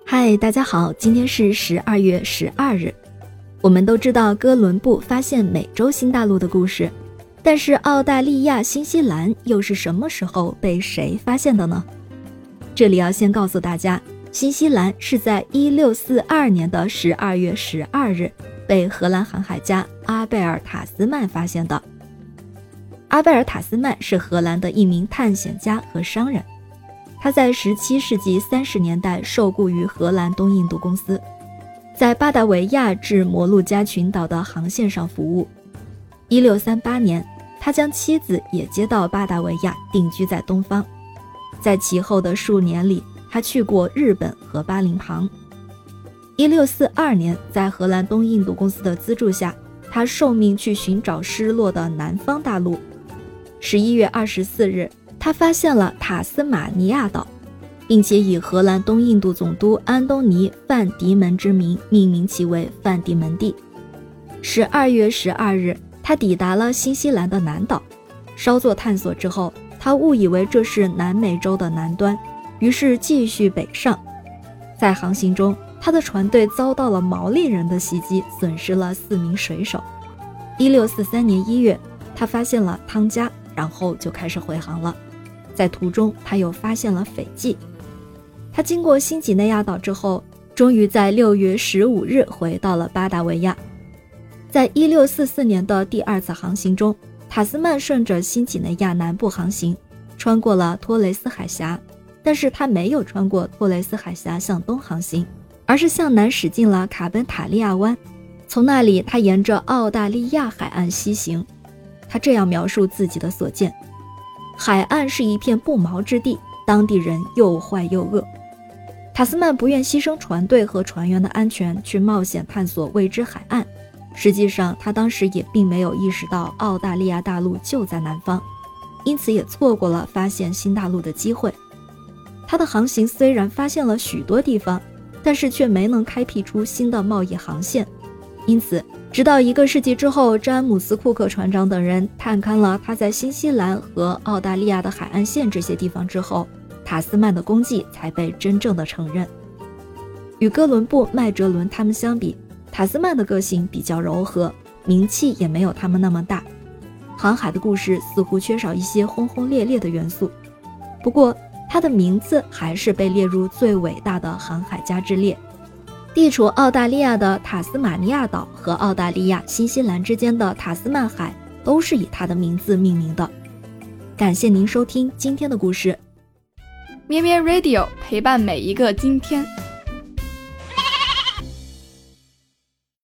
嗨，大家好，今天是12月12日。我们都知道哥伦布发现美洲新大陆的故事，但是澳大利亚、新西兰又是什么时候被谁发现的呢？这里要先告诉大家，新西兰是在1642年的12月12日被荷兰航海家阿贝尔·塔斯曼发现的。阿贝尔·塔斯曼是荷兰的一名探险家和商人，他在17世纪30年代受雇于荷兰东印度公司，在巴达维亚至摩鹿加群岛的航线上服务。1638年，他将妻子也接到巴达维亚，定居在东方。在其后的数年里，他去过日本和巴林旁。1642年，在荷兰东印度公司的资助下，他受命去寻找失落的南方大陆。11月24日，他发现了塔斯马尼亚岛，并且以荷兰东印度总督安东尼·范迪门之名命名其为范迪门地。12月12日，他抵达了新西兰的南岛。稍作探索之后，他误以为这是南美洲的南端，于是继续北上。在航行中，他的船队遭到了毛利人的袭击，损失了4名水手。1643年1月，他发现了汤加，然后就开始回航了。在途中，他又发现了斐济。他经过新几内亚岛之后，终于在6月15日回到了巴达维亚。在1644年的第2次航行中，塔斯曼顺着新几内亚南部航行，穿过了托雷斯海峡，但是他没有穿过托雷斯海峡向东航行，而是向南驶进了卡本塔利亚湾。从那里，他沿着澳大利亚海岸西行。他这样描述自己的所见：海岸是一片不毛之地，当地人又坏又恶。塔斯曼不愿牺牲船队和船员的安全去冒险探索未知海岸。实际上，他当时也并没有意识到澳大利亚大陆就在南方，因此也错过了发现新大陆的机会。他的航行虽然发现了许多地方，但是却没能开辟出新的贸易航线。因此，直到1个世纪之后，詹姆斯·库克船长等人探勘了他在新西兰和澳大利亚的海岸线这些地方之后，塔斯曼的功绩才被真正的承认。与哥伦布、麦哲伦他们相比，塔斯曼的个性比较柔和，名气也没有他们那么大。航海的故事似乎缺少一些轰轰烈烈的元素，不过他的名字还是被列入最伟大的航海家之列。地处澳大利亚的塔斯马尼亚岛和澳大利亚、新西兰之间的塔斯曼海都是以他的名字命名的。感谢您收听今天的故事。 咩咩 Radio 陪伴每一个今天。